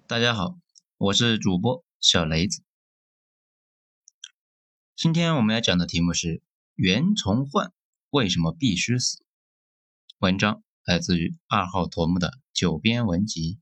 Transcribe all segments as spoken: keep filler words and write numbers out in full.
大家好，我是主播小雷子。今天我们要讲的题目是袁崇焕为什么必须死？文章来自于二号头目的九编文集。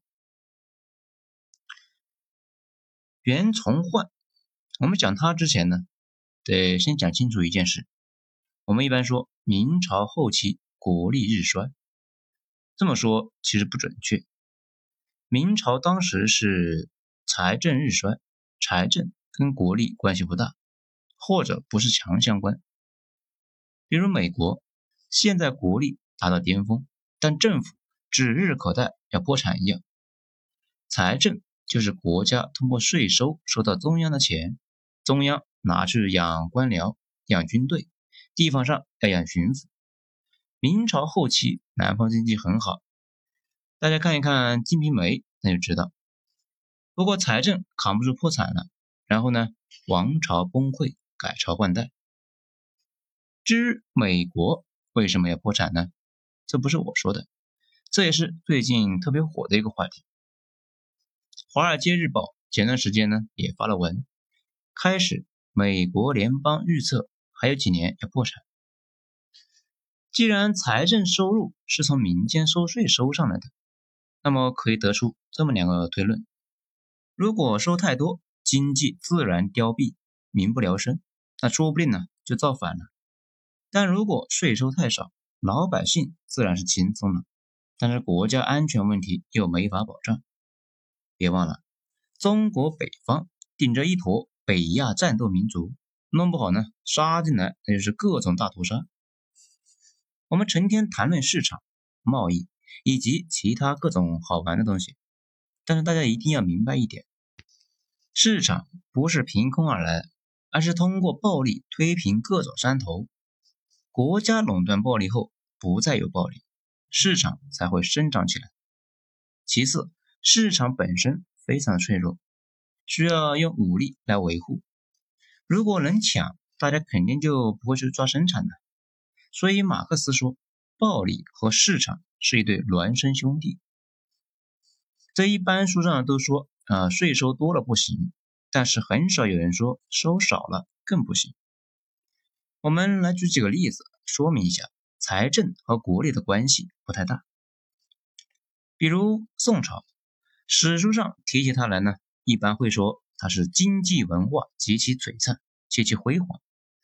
袁崇焕，我们讲他之前呢，得先讲清楚一件事。我们一般说明朝后期国力日衰，这么说其实不准确。明朝当时是财政日衰，财政跟国力关系不大，或者不是强相关。比如美国，现在国力达到巅峰，但政府指日可待要破产一样。财政就是国家通过税收收到中央的钱，中央拿去养官僚、养军队，地方上要养巡抚。明朝后期南方经济很好，大家看一看《金瓶梅》那就知道。不过财政扛不住破产了，然后呢，王朝崩溃，改朝换代。至于美国为什么要破产呢？这不是我说的，这也是最近特别火的一个话题。华尔街日报前段时间呢也发了文，开始美国联邦预测还有几年要破产。既然财政收入是从民间收税收上来的，那么可以得出这么两个推论：如果收太多，经济自然凋敝，民不聊生，那说不定呢就造反了。但如果税收太少，老百姓自然是轻松了，但是国家安全问题又没法保障。别忘了，中国北方顶着一坨北亚战斗民族，弄不好呢杀进来那就是各种大屠杀。我们成天谈论市场、贸易以及其他各种好玩的东西，但是大家一定要明白一点，市场不是凭空而来，而是通过暴力推平各种山头。国家垄断暴力后不再有暴力，市场才会生长起来。其次，市场本身非常脆弱，需要用武力来维护。如果能抢，大家肯定就不会去抓生产的。所以马克思说，暴力和市场是一对孪生兄弟。这一般书上都说啊，税收多了不行，但是很少有人说收少了更不行。我们来举几个例子说明一下财政和国力的关系不太大。比如宋朝，史书上提起它来呢，一般会说它是经济文化极其璀璨，极其辉煌，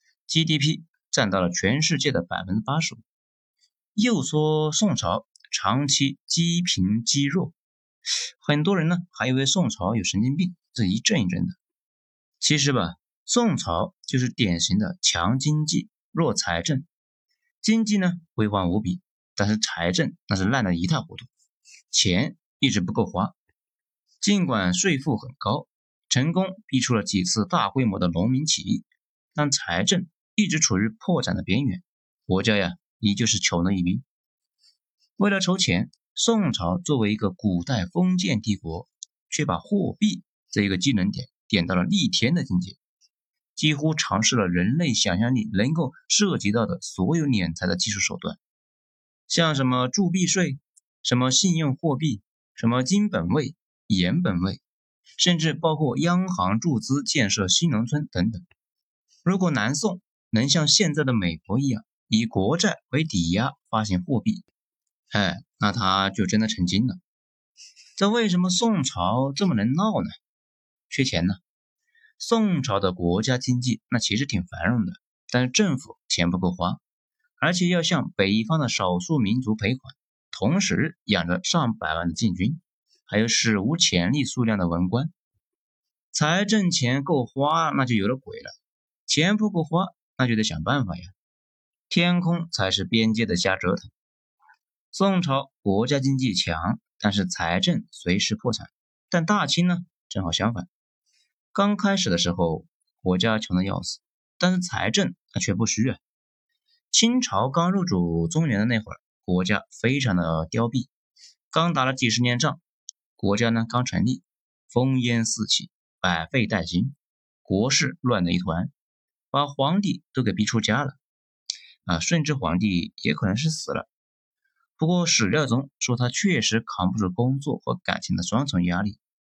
G D P 占到了全世界的 百分之八十五。 又说宋朝长期积贫积弱，很多人呢还以为宋朝有神经病，这一阵一阵的。其实吧，宋朝就是典型的强经济弱财政，经济呢辉煌无比，但是财政那是烂得一塌糊涂，钱一直不够花。尽管税负很高，成功逼出了几次大规模的农民起义，但财政一直处于破产的边缘，国家呀依旧是穷的一逼。为了筹钱，宋朝作为一个古代封建帝国，却把货币这一个技能点点到了逆天的境界，几乎尝试了人类想象力能够涉及到的所有敛财的技术手段，像什么铸币税、什么信用货币、什么金本位、盐本位，甚至包括央行注资建设新农村等等。如果南宋能像现在的美国一样，以国债为抵押发行货币，哎，那他就真的成精了。这为什么宋朝这么能闹呢？缺钱呢。宋朝的国家经济那其实挺繁荣的，但是政府钱不够花，而且要向北方的少数民族赔款，同时养着上百万的禁军，还有史无前例数量的文官。财政钱够花那就有了鬼了，钱不够花那就得想办法呀。天空才是边界的瞎折腾。宋朝国家经济强，但是财政随时破产，但大清呢正好相反。刚开始的时候国家穷得要死，但是财政那却不虚啊。清朝刚入主中原的那会儿，国家非常的凋敝，刚打了几十年仗，国家呢刚成立，烽烟四起，百废待兴，国事乱得一团，把皇帝都给逼出家了啊，顺治皇帝也可能是死了，不过史料中说他确实扛不住工作和感情的双重压力，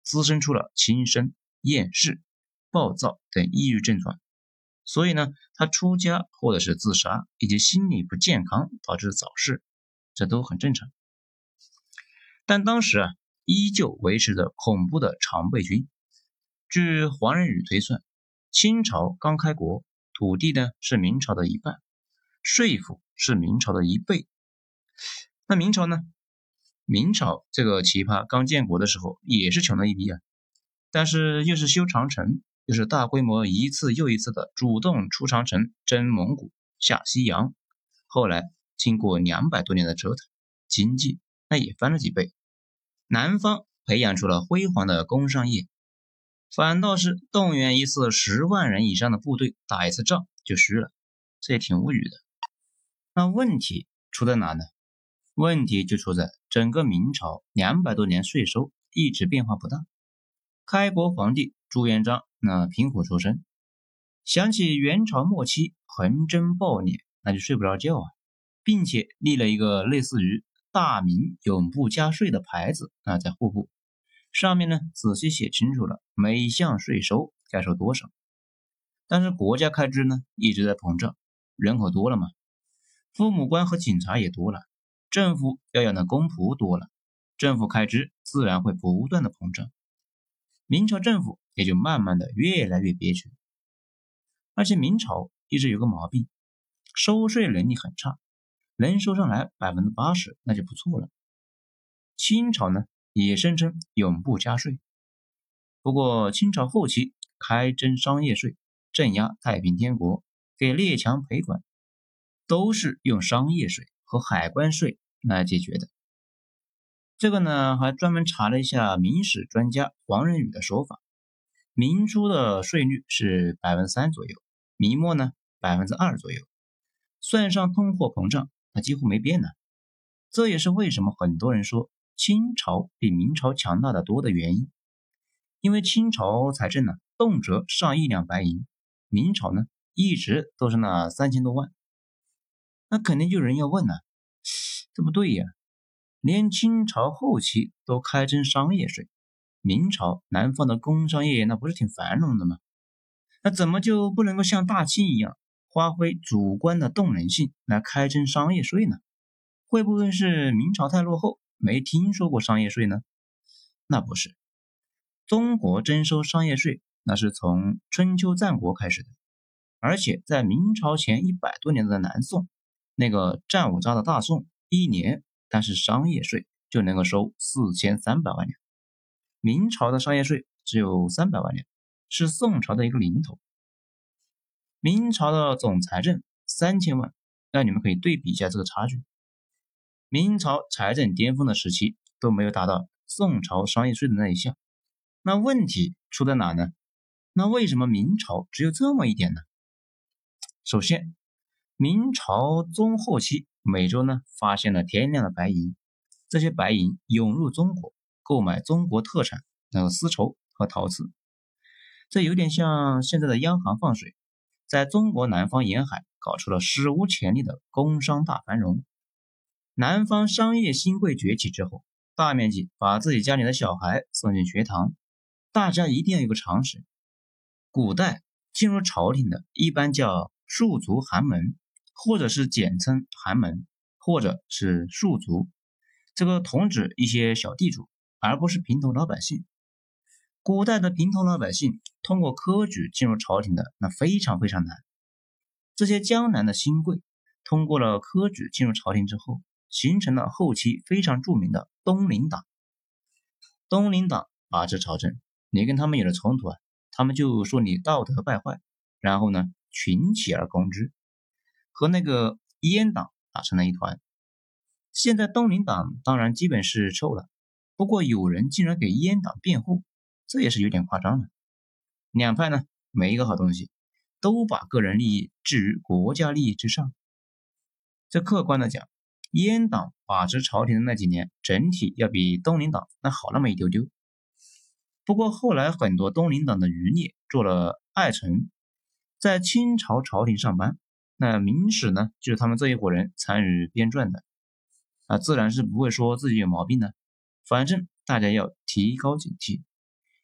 滋生出了轻生、厌世、暴躁等抑郁症状，所以呢，他出家或者是自杀，以及心理不健康导致早逝，这都很正常。但当时啊，依旧维持着恐怖的常备军。据黄仁宇推算，清朝刚开国，土地呢是明朝的一半，税赋是明朝的一倍。那明朝呢？明朝这个奇葩刚建国的时候也是穷的一逼啊，但是又是修长城，又是大规模一次又一次的主动出长城征蒙古、下西洋，后来经过两百多年的折腾，经济那也翻了几倍。南方培养出了辉煌的工商业，反倒是动员一次十万人以上的部队打一次仗就虚了，这也挺无语的。那问题出在哪呢？问题就出在整个明朝两百多年税收一直变化不大。开国皇帝朱元璋那贫苦出身，想起元朝末期横征暴敛，那就睡不着觉啊，并且立了一个类似于大明永不加税的牌子啊，在户部上面呢仔细写清楚了每项税收该收多少。但是国家开支呢一直在膨胀，人口多了嘛，父母官和警察也多了，政府要养的公仆多了，政府开支自然会不断的膨胀，明朝政府也就慢慢的越来越憋屈。而且明朝一直有个毛病，收税能力很差，能收上来 百分之八十 那就不错了。清朝呢也声称永不加税，不过清朝后期开征商业税，镇压太平天国，给列强赔款，都是用商业税和海关税来解决的。这个呢还专门查了一下明史专家黄仁宇的说法，明初的税率是 百分之三 左右，明末呢 百分之二 左右，算上通货膨胀那几乎没变呢。这也是为什么很多人说清朝比明朝强大的多的原因。因为清朝财政呢动辄上亿两白银，明朝呢一直都是那三千多万。那肯定就有人要问了，这不对呀，连清朝后期都开征商业税，明朝南方的工商业那不是挺繁荣的吗？那怎么就不能够像大清一样发挥主观的动能性来开征商业税呢？会不会是明朝太落后，没听说过商业税呢？那不是，中国征收商业税那是从春秋战国开始的，而且在明朝前一百多年的南宋，那个战五渣的大宋，一年但是商业税就能够收四千三百万两，明朝的商业税只有三百万两，是宋朝的一个零头。明朝的总财政三千万，那你们可以对比一下这个差距。明朝财政巅峰的时期都没有达到宋朝商业税的那一项，那问题出在哪呢？那为什么明朝只有这么一点呢？首先，明朝中后期美洲呢发现了天量的白银，这些白银涌入中国，购买中国特产那个丝绸和陶瓷，这有点像现在的央行放水，在中国南方沿海搞出了史无前例的工商大繁荣。南方商业新贵崛起之后，大面积把自己家里的小孩送进学堂。大家一定要有个常识，古代进入朝廷的一般叫庶族寒门，或者是简称寒门，或者是庶族，这个统指一些小地主，而不是平头老百姓。古代的平头老百姓通过科举进入朝廷的那非常非常难。这些江南的新贵通过了科举进入朝廷之后，形成了后期非常著名的东林党。东林党把持朝政，你跟他们有了冲突啊，他们就说你道德败坏，然后呢群起而攻之，和那个阉党打成了一团。现在东林党当然基本是臭了，不过有人竟然给阉党辩护，这也是有点夸张了。两派呢没一个好东西，都把个人利益置于国家利益之上。这客观的讲，阉党把持朝廷的那几年，整体要比东林党那好那么一丢丢。不过后来很多东林党的余孽做了爱臣，在清朝朝廷上班，那明史呢就是他们这一伙人参与编撰的，啊，自然是不会说自己有毛病的，反正大家要提高警惕。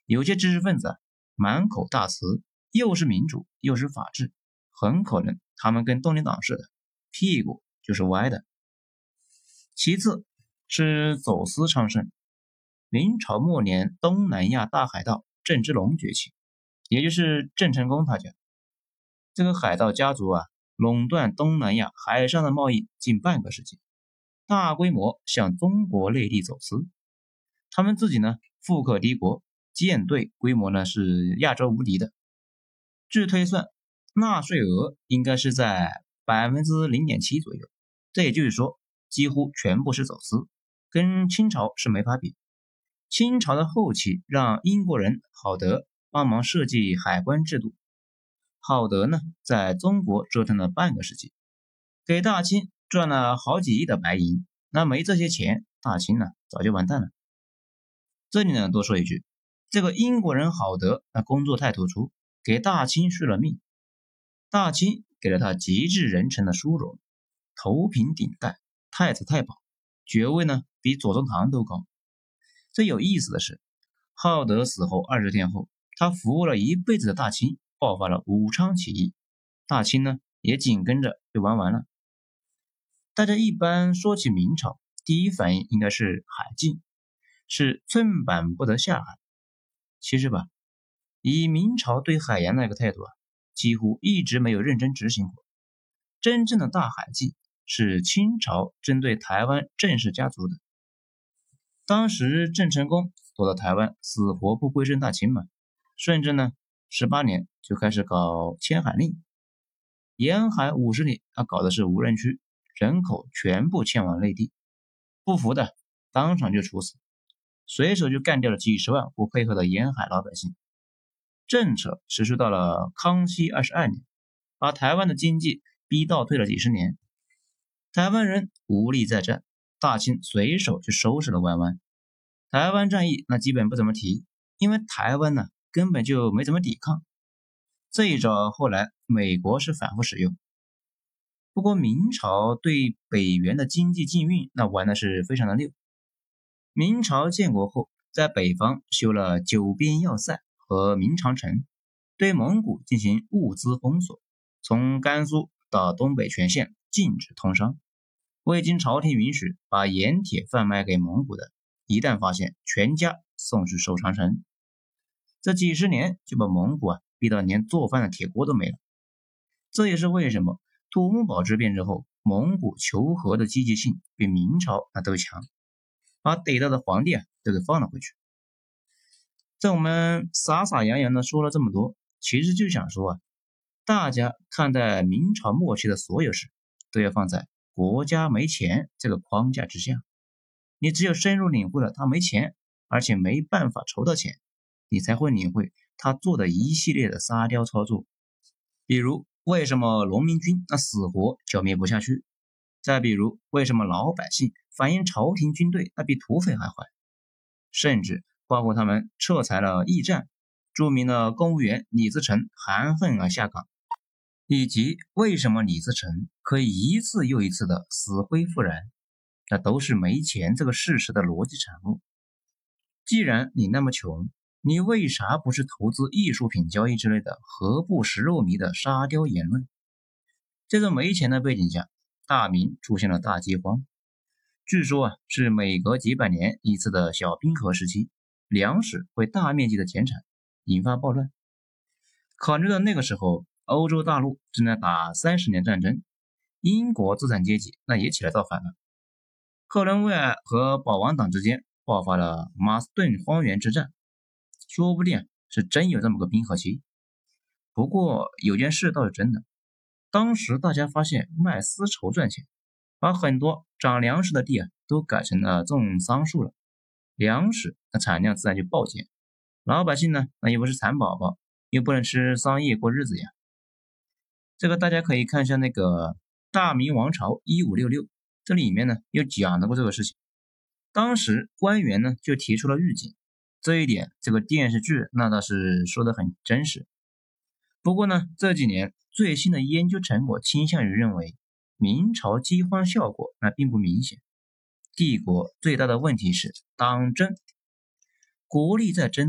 有些知识分子啊，满口大词，又是民主又是法治，很可能他们跟动力党似的，屁股就是歪的。其次是走私昌盛。明朝末年，东南亚大海盗郑芝龙崛起，也就是郑成功他家。这个海盗家族啊，垄断东南亚海上的贸易近半个世纪，大规模向中国内地走私。他们自己呢，富可敌国，舰队规模呢是亚洲无敌的。据推算，纳税额应该是在 百分之零点七 左右，这也就是说几乎全部是走私，跟清朝是没法比。清朝的后期让英国人郝德帮忙设计海关制度，郝德呢在中国折腾了半个世纪，给大清赚了好几亿的白银，那没这些钱，大清呢早就完蛋了。这里呢多说一句，这个英国人郝德那工作太突出，给大清续了命。大清给了他极致人臣的殊荣，头平顶戴，太子太保，爵位呢比左宗棠都高。最有意思的是，郝德死后二十天后，他服务了一辈子的大清爆发了武昌起义，大清呢也紧跟着就玩完了。大家一般说起明朝，第一反应应该是海禁，是寸板不得下海。其实吧，以明朝对海洋那个态度啊，几乎一直没有认真执行过。真正的大海禁是清朝针对台湾郑氏家族的。当时郑成功躲到台湾，死活不归顺大清嘛，顺治呢十八年就开始搞迁海令，沿海五十里他搞的是无人区，人口全部迁往内地，不服的当场就处死，随手就干掉了几十万不配合的沿海老百姓。政策实施到了康熙二十二年，把台湾的经济逼倒退了几十年，台湾人无力再战，大清随手就收拾了湾湾。台湾战役那基本不怎么提，因为台湾呢根本就没怎么抵抗。这一招后来美国是反复使用。不过明朝对北元的经济禁运那玩的是非常的溜。明朝建国后，在北方修了九边要塞和明长城，对蒙古进行物资封锁，从甘肃到东北全线禁止通商。未经朝廷允许把盐铁贩卖给蒙古的，一旦发现，全家送去守长城。这几十年就把蒙古啊逼到连做饭的铁锅都没了。这也是为什么土木堡之变之后，蒙古求和的积极性比明朝那都强，把逮到的皇帝啊都给放了回去。在我们洒洒洋洋的说了这么多，其实就想说啊，大家看待明朝末期的所有事，都要放在国家没钱这个框架之下。你只有深入领会了他没钱，而且没办法筹到钱，你才会领会他做的一系列的沙雕操作。比如为什么农民军那死活剿灭不下去，再比如为什么老百姓反映朝廷军队那比土匪还坏，甚至包括他们撤裁了驿站，著名的公务员李自成含恨而下岗，以及为什么李自成可以一次又一次的死灰复燃，那都是没钱这个事实的逻辑产物。既然你那么穷，你为啥不是投资艺术品交易之类的何不食肉糜的沙雕言论？在这没钱的背景下，大明出现了大饥荒，据说啊是每隔几百年一次的小冰河时期，粮食会大面积的减产，引发暴乱。考虑到那个时候欧洲大陆正在打三十年战争，英国资产阶级那也起来造反了。克伦威尔和保王党之间爆发了马斯顿荒原之战，说不定是真有这么个冰河期。不过有件事倒是真的，当时大家发现卖丝绸赚钱，把很多长粮食的地啊都改成了种桑树了，粮食那产量自然就暴减，老百姓呢那又不是蚕宝宝，又不能吃桑叶过日子呀。这个大家可以看一下那个大明王朝一五六六，这里面呢又讲到过这个事情。当时官员呢就提出了预警，这一点这个电视剧那倒是说得很真实。不过呢这几年最新的研究成果倾向于认为，明朝饥荒效果那并不明显，帝国最大的问题是党争。国力在争论，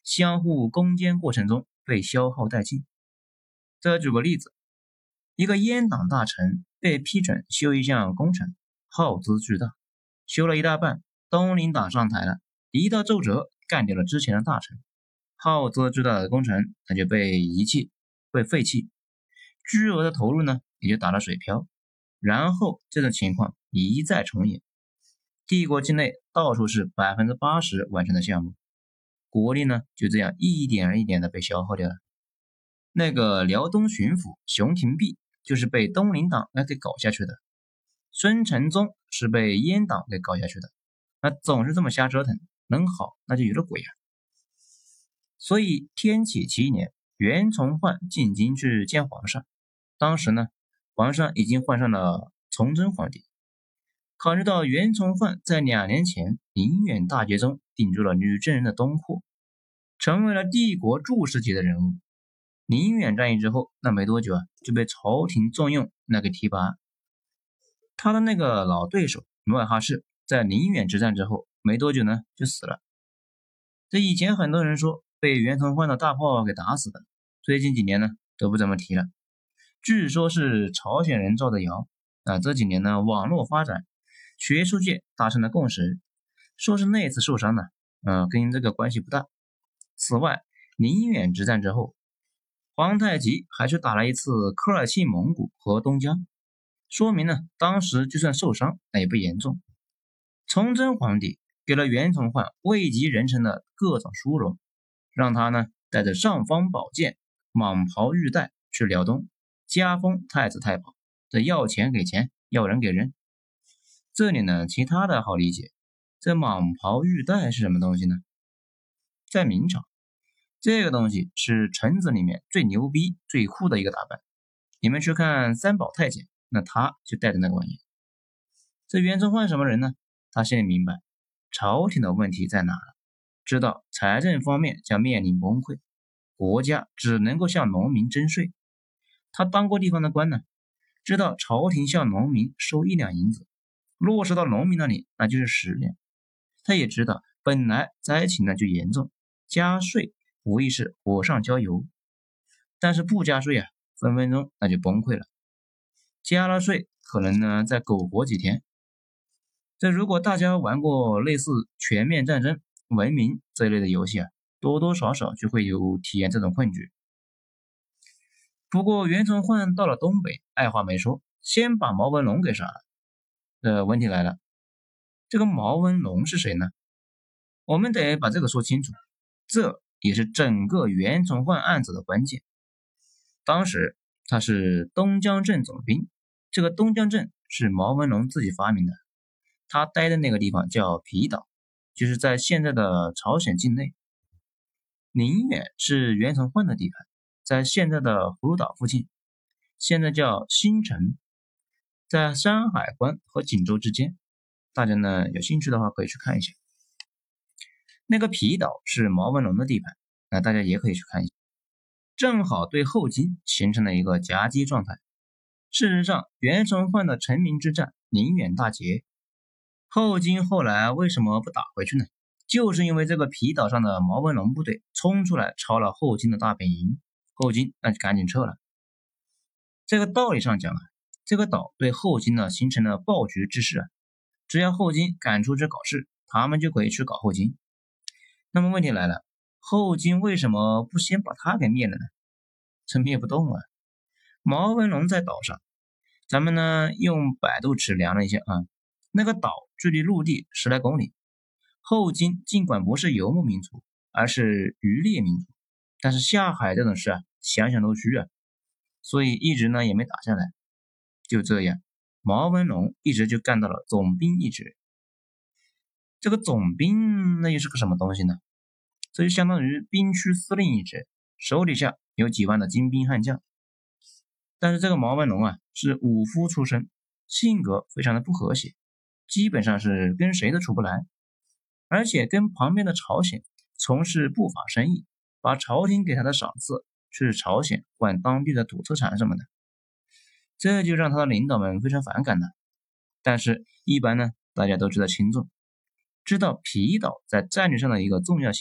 相互攻坚过程中被消耗殆尽。再举个例子，一个阉党大臣被批准修一项工程，耗资巨大，修了一大半，东林党上台了，一道奏折干掉了之前的大臣，耗资巨大的工程那就被遗弃，被废弃，巨额的投入呢也就打了水漂，然后这种情况一再重演。帝国境内到处是 百分之八十 完成的项目，国力呢就这样一点一点的被消耗掉了。那个辽东巡抚熊廷弼就是被东林党来给搞下去的，孙承宗是被阉党给搞下去的，那总是这么瞎折腾，能好那就有了鬼啊。所以天启七年，袁崇焕进京去见皇上，当时呢皇上已经换上了崇祯皇帝。考虑到袁崇焕在两年前宁远大捷中顶住了女真人的东扩，成为了帝国柱石级的人物，宁远战役之后，那没多久啊就被朝廷重用，那个提拔。他的那个老对手努尔哈赤在宁远之战之后没多久呢就死了。这以前很多人说被袁崇焕的大炮给打死的，最近几年呢都不怎么提了。据说是朝鲜人造的谣啊。这几年呢网络发展，学术界达成了共识，说是那次受伤呢，呃，跟这个关系不大。此外，宁远之战之后，皇太极还去打了一次科尔沁蒙古和东江，说明呢当时就算受伤那也不严重。崇祯皇帝给了袁崇焕位极人臣的各种殊荣，让他呢带着尚方宝剑、蟒袍玉带去辽东，加封太子太保，这要钱给钱，要人给人。这里呢其他的好理解，这蟒袍玉带是什么东西呢？在明朝，这个东西是臣子里面最牛逼最酷的一个打扮，你们去看三宝太监，那他就带着那个玩意。这袁崇焕什么人呢？他心里明白朝廷的问题在哪了，知道财政方面将面临崩溃，国家只能够向农民征税。他当过地方的官呢，知道朝廷向农民收一两银子，落实到农民那里那就是十两。他也知道本来灾情呢就严重，加税无疑是火上浇油，但是不加税啊，分分钟那就崩溃了。加了税可能呢再苟活几天。这如果大家玩过类似全面战争、文明这一类的游戏啊，多多少少就会有体验这种困局。不过袁崇焕到了东北，二话没说，先把毛文龙给杀了。呃，问题来了，这个毛文龙是谁呢？我们得把这个说清楚，这也是整个袁崇焕案子的关键。当时他是东江镇总兵，这个东江镇是毛文龙自己发明的，他待的那个地方叫皮岛，就是在现在的朝鲜境内。宁远是袁崇焕的地盘，在现在的葫芦岛附近，现在叫新城，在山海关和锦州之间。大家呢有兴趣的话可以去看一下。那个皮岛是毛文龙的地盘，那大家也可以去看一下，正好对后金形成了一个夹击状态。事实上，袁崇焕的成名之战宁远大捷，后金后来为什么不打回去呢？就是因为这个皮岛上的毛文龙部队冲出来抄了后金的大本营，后金那就赶紧撤了。这个道理上讲啊，这个岛对后金呢形成了暴局之势啊，只要后金敢出去搞事，他们就可以去搞后金。那么问题来了，后金为什么不先把他给灭了呢？这灭不动啊。毛文龙在岛上，咱们呢用百度尺量了一下啊，那个岛距离陆地十来公里。后金尽管不是游牧民族，而是渔猎民族，但是下海这种事啊，想想都虚啊，所以一直呢也没打下来。就这样，毛文龙一直就干到了总兵一职。这个总兵那又是个什么东西呢？这就相当于兵区司令一职，手底下有几万的精兵悍将。但是这个毛文龙啊是武夫出身，性格非常的不和谐，基本上是跟谁都处不来，而且跟旁边的朝鲜从事不法生意，把朝廷给他的赏赐去朝鲜换当地的土特产什么的，这就让他的领导们非常反感了。但是一般呢大家都知道轻重，知道皮岛在战略上的一个重要性，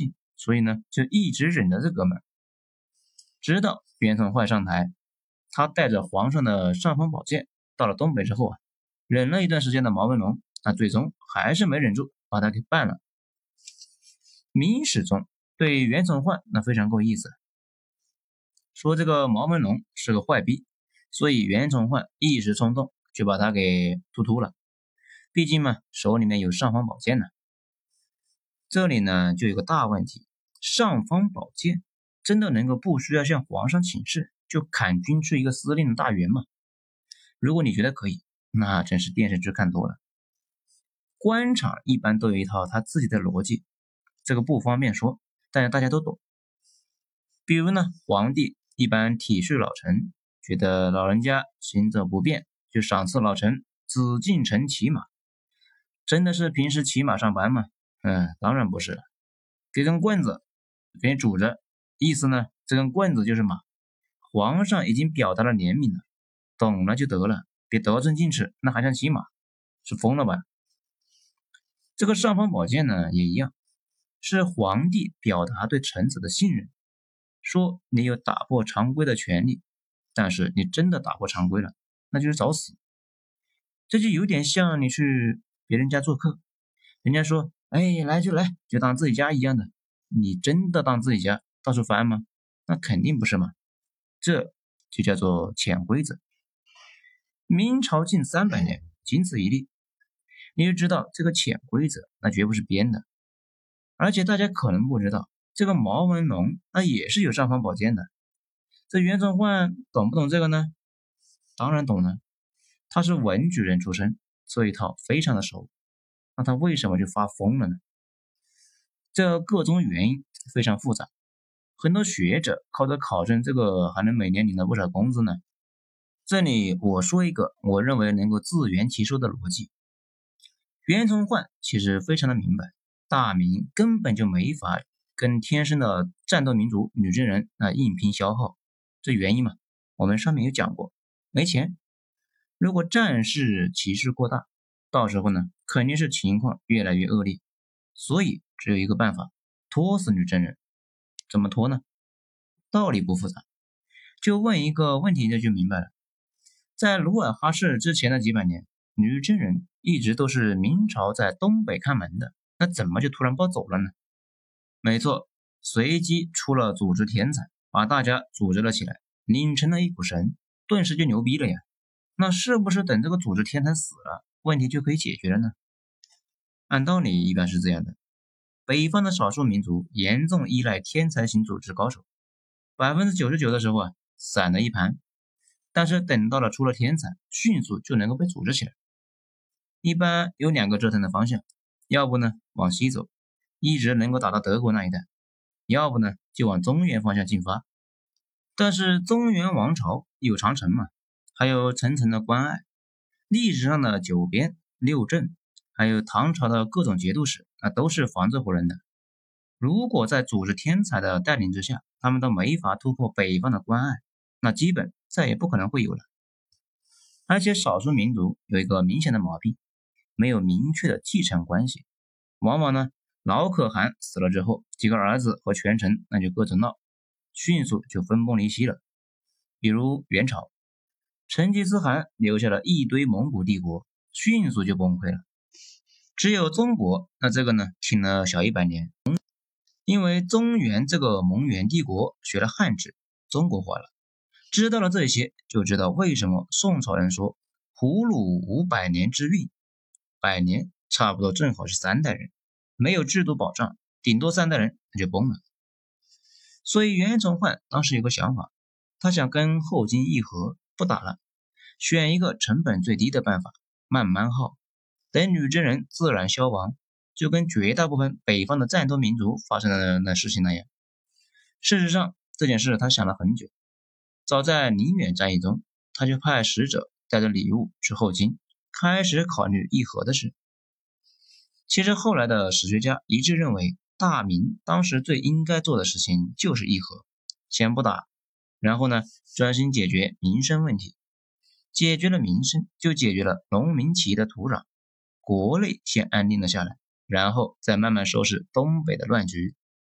所以呢就一直忍着这哥们儿，直到袁崇焕上台，他带着皇上的尚方宝剑到了东北之后啊，忍了一段时间的毛文龙，那最终还是没忍住，把他给办了。明史中对袁崇焕那非常够意思，说这个毛文龙是个坏逼，所以袁崇焕一时冲动就把他给突突了。毕竟嘛，手里面有尚方宝剑呢。这里呢就有个大问题，尚方宝剑真的能够不需要向皇上请示就砍军出一个司令的大员吗？如果你觉得可以，那真是电视剧看多了。官场一般都有一套他自己的逻辑，这个不方便说，但是大家都懂。比如呢，皇帝一般体恤老臣，觉得老人家行走不便，就赏赐老臣紫禁城骑马。真的是平时骑马上班吗？嗯，当然不是了。给根棍子给你拄着，意思呢，这根棍子就是马。皇上已经表达了怜悯了，懂了就得了，别得寸进尺，那还想骑马，是疯了吧？这个尚方宝剑呢也一样，是皇帝表达对臣子的信任，说你有打破常规的权利，但是你真的打破常规了，那就是找死。这就有点像你去别人家做客，人家说哎来就来，就当自己家一样的，你真的当自己家到处翻吗？那肯定不是嘛。这就叫做潜规则。明朝近三百年仅此一例，你就知道这个潜规则那绝不是编的。而且大家可能不知道，这个毛文龙那也是有尚方宝剑的。这袁崇焕懂不懂这个呢？当然懂了，他是文举人出身，这一套非常的熟。那他为什么就发疯了呢？这各种原因非常复杂，很多学者靠着考证这个还能每年领了不少工资呢。这里我说一个我认为能够自圆其说的逻辑。袁崇焕其实非常的明白，大明根本就没法跟天生的战斗民族女真人那硬拼消耗。这原因嘛，我们上面有讲过，没钱。如果战事歧视过大，到时候呢肯定是情况越来越恶劣，所以只有一个办法，拖死女真人。怎么拖呢？道理不复杂，就问一个问题就就明白了。在努尔哈赤之前的几百年，女真人一直都是明朝在东北看门的，那怎么就突然暴走了呢？没错，随机出了组织天才，把大家组织了起来，拧成了一股绳，顿时就牛逼了呀。那是不是等这个组织天才死了，问题就可以解决了呢？按道理一般是这样的，北方的少数民族严重依赖天才型组织高手， 百分之九十九 的时候啊，散了一盘，但是等到了出了天才，迅速就能够被组织起来。一般有两个折腾的方向，要不呢往西走，一直能够打到德国那一带，要不呢就往中原方向进发。但是中原王朝有长城嘛，还有层层的关隘，历史上的九边六镇，还有唐朝的各种节度使，那都是防这伙人的。如果在组织天才的带领之下，他们都没法突破北方的关隘，那基本再也不可能会有了。而且少数民族有一个明显的毛病，没有明确的继承关系，往往呢老可汗死了之后，几个儿子和权臣那就各自闹，迅速就分崩离析了。比如元朝，成吉思汗留下了一堆蒙古帝国，迅速就崩溃了。只有中国，那这个呢挺了小一百年，因为中原这个蒙元帝国学了汉字，中国化了。知道了这些，就知道为什么宋朝人说胡虏五百年之运，百年差不多正好是三代人，没有制度保障，顶多三代人就崩了。所以袁崇焕当时有个想法，他想跟后金议和，不打了，选一个成本最低的办法，慢慢耗，等女真人自然消亡，就跟绝大部分北方的战斗民族发生的那事情那样。事实上这件事他想了很久，早在宁远战役中，他就派使者带着礼物去后金，开始考虑议和的事。其实后来的史学家一致认为，大明当时最应该做的事情就是议和，先不打，然后呢专心解决民生问题，解决了民生，就解决了农民起义的土壤，国内先安定了下来，然后再慢慢收拾东北的乱局。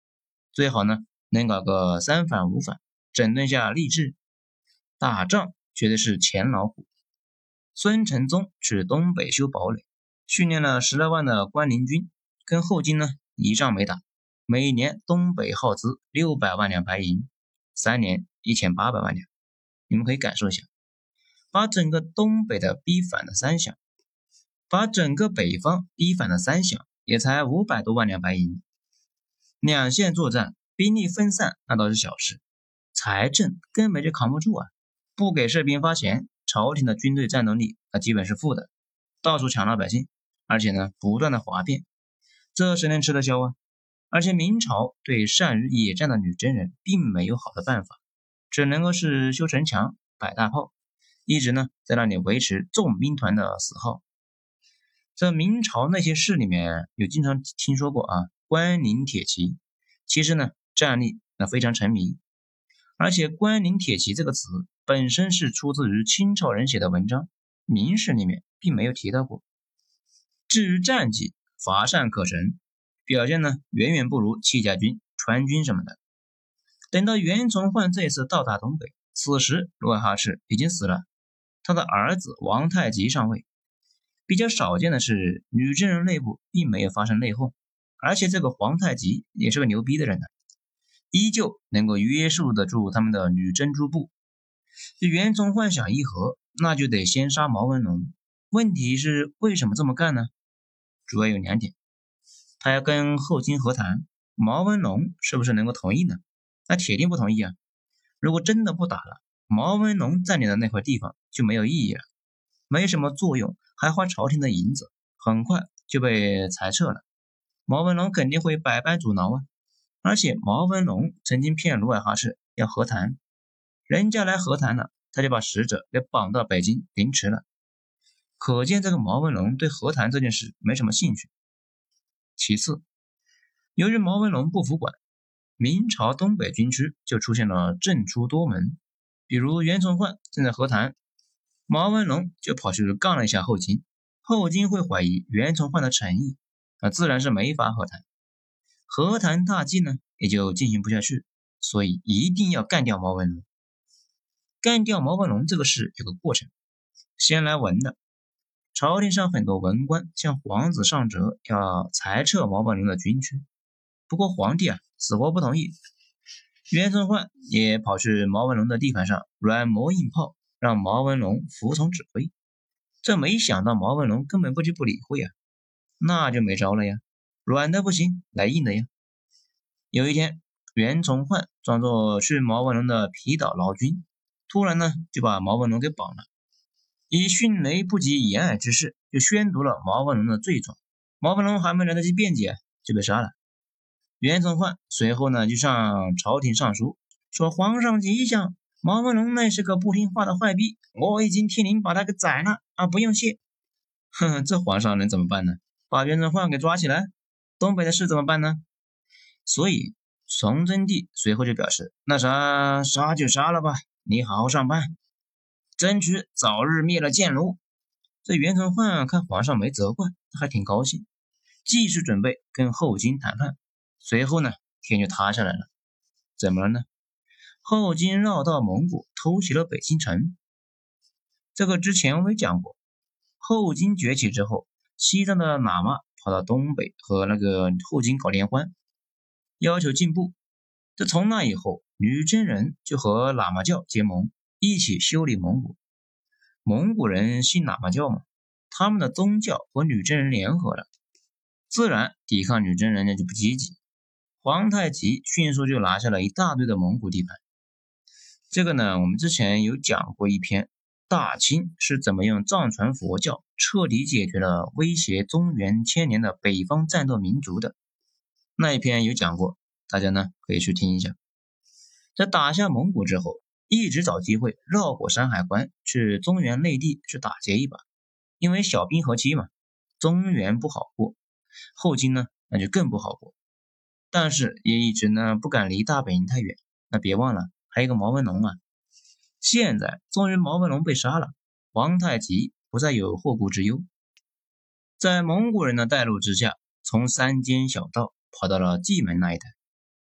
最好呢能搞个三反五反，整顿下吏治。打仗绝对是钱老虎。孙承宗去东北修堡垒，训练了十来万的关宁军，跟后金呢一仗没打，每年东北耗资六百万两白银，三年一千八百万两。你们可以感受一下，把整个东北的逼反了三响，把整个北方逼反了三响，也才五百多万两白银。两线作战，兵力分散那倒是小事，财政根本就扛不住啊！不给士兵发钱，朝廷的军队战斗力那基本是负的，到处抢老百姓，而且呢不断的哗变，这谁能吃得消啊？而且明朝对善于野战的女真人并没有好的办法，只能够是修城墙、摆大炮，一直呢在那里维持重兵团的死号。在明朝那些事里面有经常听说过啊，关宁铁骑，其实呢战力那非常沉迷，而且关宁铁骑这个词本身是出自于清朝人写的文章，明史里面并没有提到过。至于战绩，乏善可陈，表现呢远远不如戚家军、川军什么的。等到袁崇焕这次到达东北，此时努尔哈赤已经死了，他的儿子王太极上位。比较少见的是，女真人内部并没有发生内讧，而且这个皇太极也是个牛逼的人呢，依旧能够约束得住他们的女真诸部。这袁崇焕想议和，那就得先杀毛文龙。问题是为什么这么干呢？主要有两点，他要跟后金和谈，毛文龙是不是能够同意呢？那铁定不同意啊！如果真的不打了，毛文龙占领的那块地方就没有意义了，没什么作用，还花朝廷的银子，很快就被裁撤了。毛文龙肯定会百般阻挠啊！而且毛文龙曾经骗努尔哈赤要和谈，人家来和谈了，他就把使者给绑到北京凌迟了。可见这个毛文龙对和谈这件事没什么兴趣。其次，由于毛文龙不服管，明朝东北军区就出现了政出多门，比如袁崇焕正在和谈，毛文龙就跑去杠了一下后金，后金会怀疑袁崇焕的诚意，那自然是没法和谈，和谈大计呢也就进行不下去，所以一定要干掉毛文龙。干掉毛文龙这个事有个过程，先来文的，朝廷上很多文官向皇子上折，要裁撤毛文龙的军区，不过皇帝啊死活不同意。袁崇焕也跑去毛文龙的地盘上软磨硬泡，让毛文龙服从指挥。这没想到毛文龙根本不就不理会啊，那就没招了呀，软的不行，来硬的呀。有一天，袁崇焕装作去毛文龙的皮岛劳军，突然呢就把毛文龙给绑了，以迅雷不及掩耳之势就宣读了毛文龙的罪状。毛文龙还没来得及辩解就被杀了。袁崇焕随后呢就向朝廷上书，说皇上吉祥，毛文龙那是个不听话的坏逼，我已经替您把他给宰了啊，不用谢。哼，这皇上能怎么办呢？把袁崇焕给抓起来，东北的事怎么办呢？所以崇祯帝随后就表示，那啥，杀就杀了吧，你好好上班，争取早日灭了建炉。这袁崇焕看皇上没责怪，还挺高兴，继续准备跟后金谈判。随后呢，天就塌下来了。怎么了呢？后金绕道蒙古偷袭了北京城。这个之前我没讲过，后金崛起之后，西藏的喇嘛跑到东北和那个后金搞联欢，要求进步。这从那以后，女真人就和喇嘛教结盟，一起修理蒙古。蒙古人信喇嘛教嘛，他们的宗教和女真人联合了，自然抵抗女真人呢就不积极。皇太极迅速就拿下了一大堆的蒙古地盘。这个呢，我们之前有讲过一篇，大清是怎么用藏传佛教彻底解决了威胁中原千年的北方战斗民族的。那一篇有讲过，大家呢可以去听一下。在打下蒙古之后，一直找机会绕过山海关去中原内地去打劫一把，因为小冰河期嘛，中原不好过，后金呢那就更不好过。但是也一直呢不敢离大本营太远。那别忘了还有一个毛文龙啊。现在终于毛文龙被杀了，皇太极不再有后顾之忧，在蒙古人的带路之下，从山间小道跑到了蓟门那一带。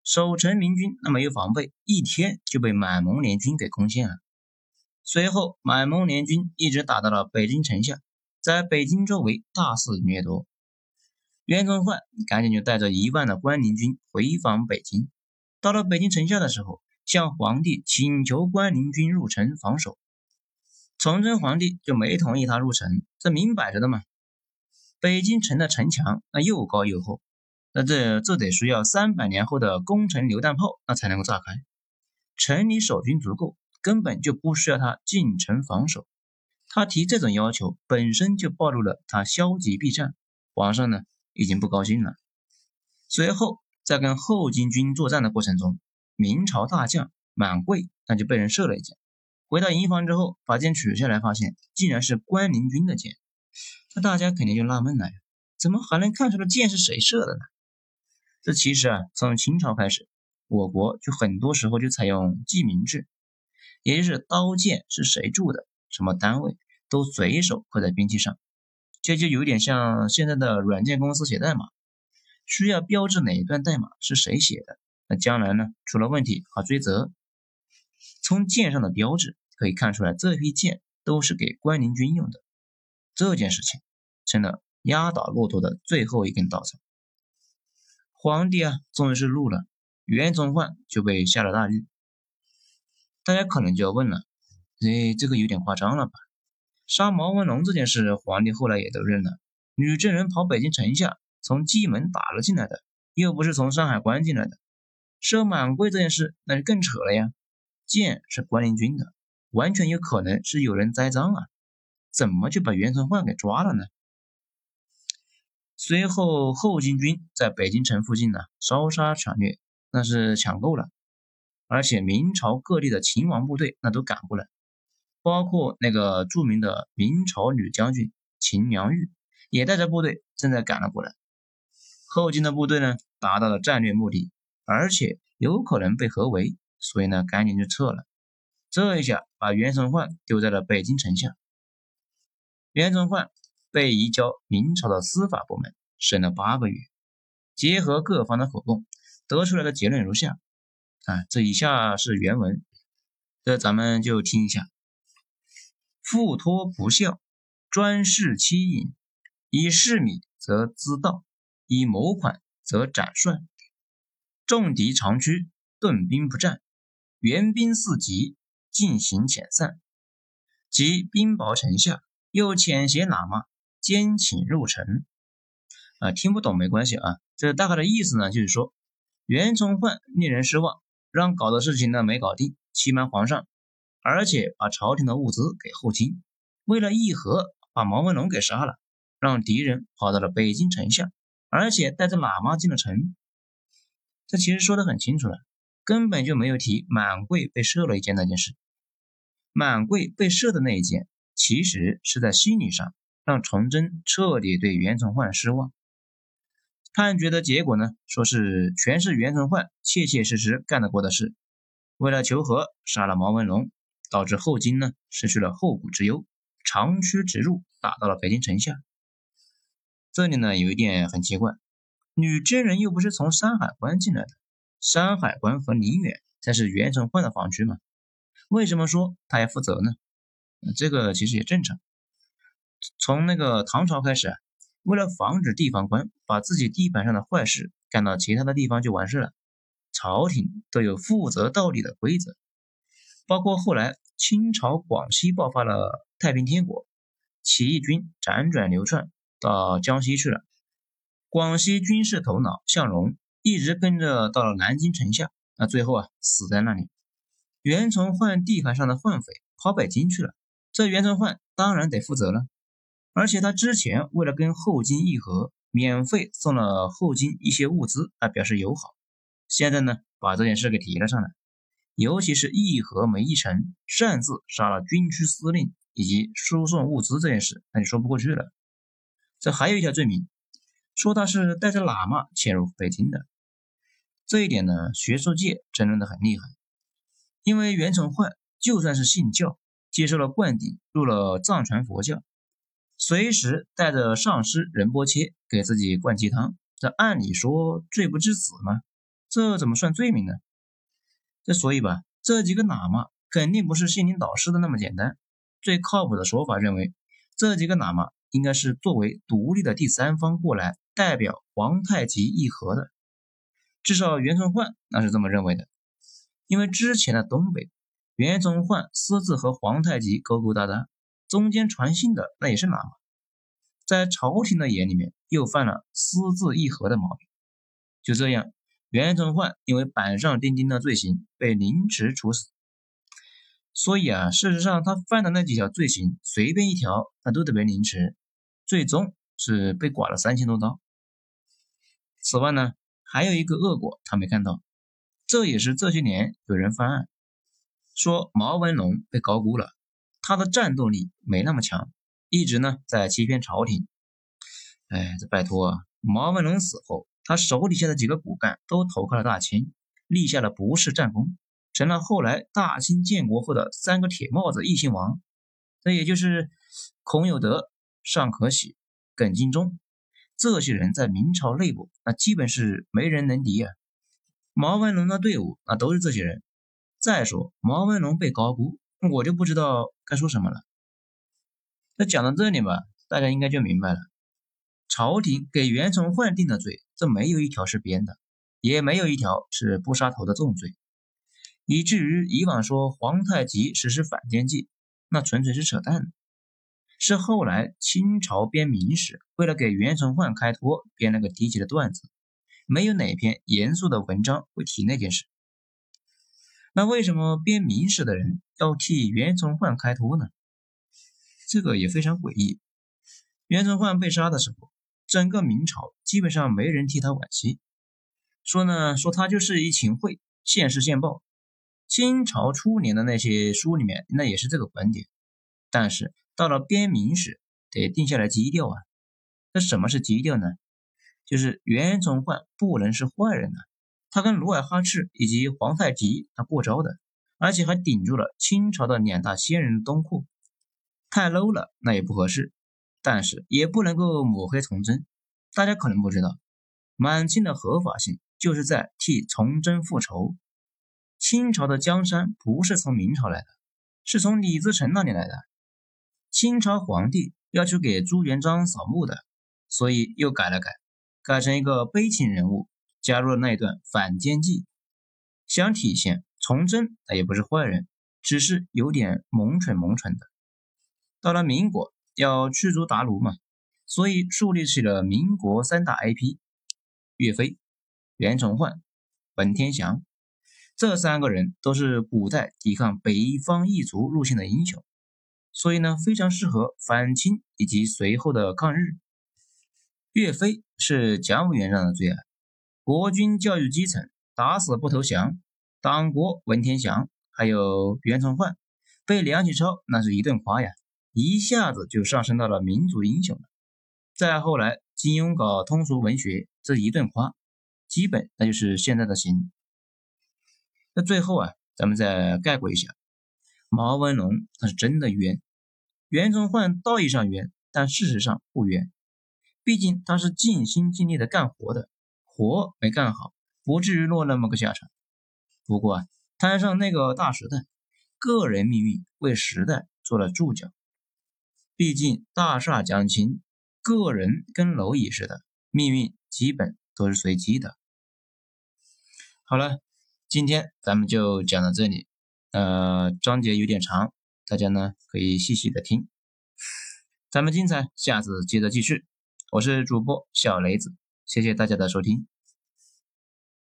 守城明军那没有防备，一天就被满蒙联军给攻陷了。随后满蒙联军一直打到了北京城下，在北京周围大肆掠夺。袁崇焕赶紧就带着一万的关宁军回防北京。到了北京城下的时候，向皇帝请求关宁军入城防守。崇祯皇帝就没同意他入城，这明摆着的嘛。北京城的城墙那又高又厚，那这这得需要三百年后的攻城榴弹炮那才能够炸开。城里守军足够，根本就不需要他进城防守。他提这种要求本身就暴露了他消极避战，皇上呢已经不高兴了。随后在跟后金军作战的过程中，明朝大将满贵那就被人射了一箭。回到营房之后，把箭取下来，发现竟然是关宁军的箭。那大家肯定就纳闷了呀，怎么还能看出来箭是谁射的呢？这其实啊，从秦朝开始，我国就很多时候就采用记名制，也就是刀剑是谁铸的，什么单位都随手刻在兵器上。这就有点像现在的软件公司写代码，需要标志哪一段代码是谁写的，那将来呢出了问题好追责。从箭上的标志可以看出来，这批箭都是给关宁军用的。这件事情成了压倒骆驼的最后一根稻草。皇帝啊终于是怒了，袁崇焕就被下了大狱。大家可能就要问了，哎，这个有点夸张了吧？杀毛文龙这件事皇帝后来也都认了，女真人跑北京城下，从蓟门打了进来的，又不是从山海关进来的。射满贵这件事那就更扯了呀，箭是关宁军的，完全有可能是有人栽赃啊，怎么就把袁崇焕给抓了呢？随后后金军在北京城附近呢烧杀抢掠，那是抢够了，而且明朝各地的秦王部队那都赶过来，包括那个著名的明朝女将军秦良玉也带着部队正在赶了过来。后金的部队呢达到了战略目的，而且有可能被合围，所以呢赶紧就撤了。这一下把袁崇焕丢在了北京城下。袁崇焕被移交明朝的司法部门，审了八个月，结合各方的口供，得出来的结论如下啊，这以下是原文，这咱们就听一下。附托不孝，专事欺隐，以事米则滋盗，以谋款则斩帅，重敌长驱，顿兵不战，援兵四级，进行遣散，及兵薄城下，又遣携喇嘛监请入城。啊，听不懂没关系啊，这大概的意思呢，就是说袁崇焕令人失望，让搞的事情呢没搞定，欺瞒皇上，而且把朝廷的物资给后金，为了议和，把毛文龙给杀了，让敌人跑到了北京城下，而且带着喇嘛进了城。这其实说得很清楚了，根本就没有提满贵被射了一箭那件事。满贵被射的那一箭，其实是在心理上让崇祯彻底对袁崇焕失望。判决的结果呢，说是全是袁崇焕切切实实干得过的事，为了求和杀了毛文龙，导致后金呢失去了后顾之忧，长驱直入，打到了北京城下。这里呢有一点很奇怪，女真人又不是从山海关进来的，山海关和宁远才是袁崇焕的防区嘛，为什么说他要负责呢？这个其实也正常。从那个唐朝开始啊，为了防止地方官把自己地盘上的坏事干到其他的地方就完事了，朝廷都有负责到底的规则。包括后来清朝广西爆发了太平天国，起义军辗转流窜到江西去了，广西军事头脑向荣一直跟着到了南京城下，那最后啊死在那里。袁崇焕地盘上的悍匪跑北京去了，这袁崇焕当然得负责了。而且他之前为了跟后金议和，免费送了后金一些物资来表示友好，现在呢把这件事给提了上来，尤其是议和没议成，擅自杀了军区司令以及输送物资这件事，那就说不过去了。这还有一条罪名，说他是带着喇嘛潜入北京的。这一点呢学术界争论的很厉害，因为袁崇焕就算是信教，接受了灌顶，入了藏传佛教，随时带着上师仁波切给自己灌鸡汤，这按理说罪不至死嘛， 这怎么算罪名呢？这所以吧，这几个喇嘛肯定不是心灵导师的那么简单。最靠谱的说法认为，这几个喇嘛应该是作为独立的第三方过来代表皇太极议和的，至少袁崇焕那是这么认为的。因为之前的东北，袁崇焕私自和皇太极勾勾搭搭，中间传信的那也是喇嘛，在朝廷的眼里面又犯了私自议和的毛病。就这样，袁崇焕因为板上钉钉的罪行被凌迟处死。所以啊，事实上他犯的那几条罪行，随便一条那都得被凌迟，最终是被剐了三千多刀。此外呢，还有一个恶果他没看到，这也是这些年有人翻案，说毛文龙被高估了，他的战斗力没那么强，一直呢在欺骗朝廷。哎，这拜托啊，毛文龙死后，他手底下的几个骨干都投靠了大清，立下了不世战功，成了后来大清建国后的三个铁帽子异姓王，这也就是孔有德、尚可喜、耿精忠。这些人在明朝内部那基本是没人能敌啊。毛文龙的队伍那都是这些人。再说毛文龙被高估，我就不知道该说什么了。那讲到这里吧，大家应该就明白了，朝廷给袁崇焕定的罪，这没有一条是编的，也没有一条是不杀头的重罪，以至于以往说皇太极实施反间计，那纯粹是扯淡的。是后来清朝编明史，为了给袁崇焕开脱，编了个低级的段子，没有哪篇严肃的文章会提那件事。那为什么编明史的人要替袁崇焕开脱呢？这个也非常诡异。袁崇焕被杀的时候，整个明朝基本上没人替他惋惜，说呢，说他就是一秦桧，现世现报。清朝初年的那些书里面，那也是这个观点。但是到了编明史，得定下来基调啊。那什么是基调呢？就是袁崇焕不能是坏人啊，他跟努尔哈赤以及皇太极他过招的，而且还顶住了清朝的两大仙人的东扩。太 low 了，那也不合适，但是也不能够抹黑从真。大家可能不知道，满清的合法性就是在替从真复仇。清朝的江山不是从明朝来的，是从李自成那里来的。清朝皇帝要去给朱元璋扫墓的，所以又改了改，改成一个悲情人物，加入了那一段反间计，想体现崇祯他也不是坏人，只是有点蒙蠢蒙蠢的。到了民国要驱逐鞑虏嘛，所以树立起了民国三大 I P， 岳飞、袁崇焕、文天祥。这三个人都是古代抵抗北方异族入侵的英雄，所以呢非常适合反清以及随后的抗日。岳飞是蒋委员长的最爱，国军教育基层，打死不投降，党国文天祥还有袁崇焕被梁启超那是一顿夸呀，一下子就上升到了民族英雄了。再后来金庸搞通俗文学，这一顿夸，基本那就是现在的型。那最后啊，咱们再概括一下，毛文龙他是真的冤，袁崇焕道义上冤，但事实上不冤，毕竟他是尽心尽力的干活的，活没干好，不至于落那么个下场。不过啊，摊上那个大时代，个人命运为时代做了注脚，毕竟大厦将倾，个人跟蝼蚁似的，命运基本都是随机的。好了，今天咱们就讲到这里，呃，章节有点长，大家呢可以细细的听。咱们精彩，下次接着继续。我是主播小雷子，谢谢大家的收听。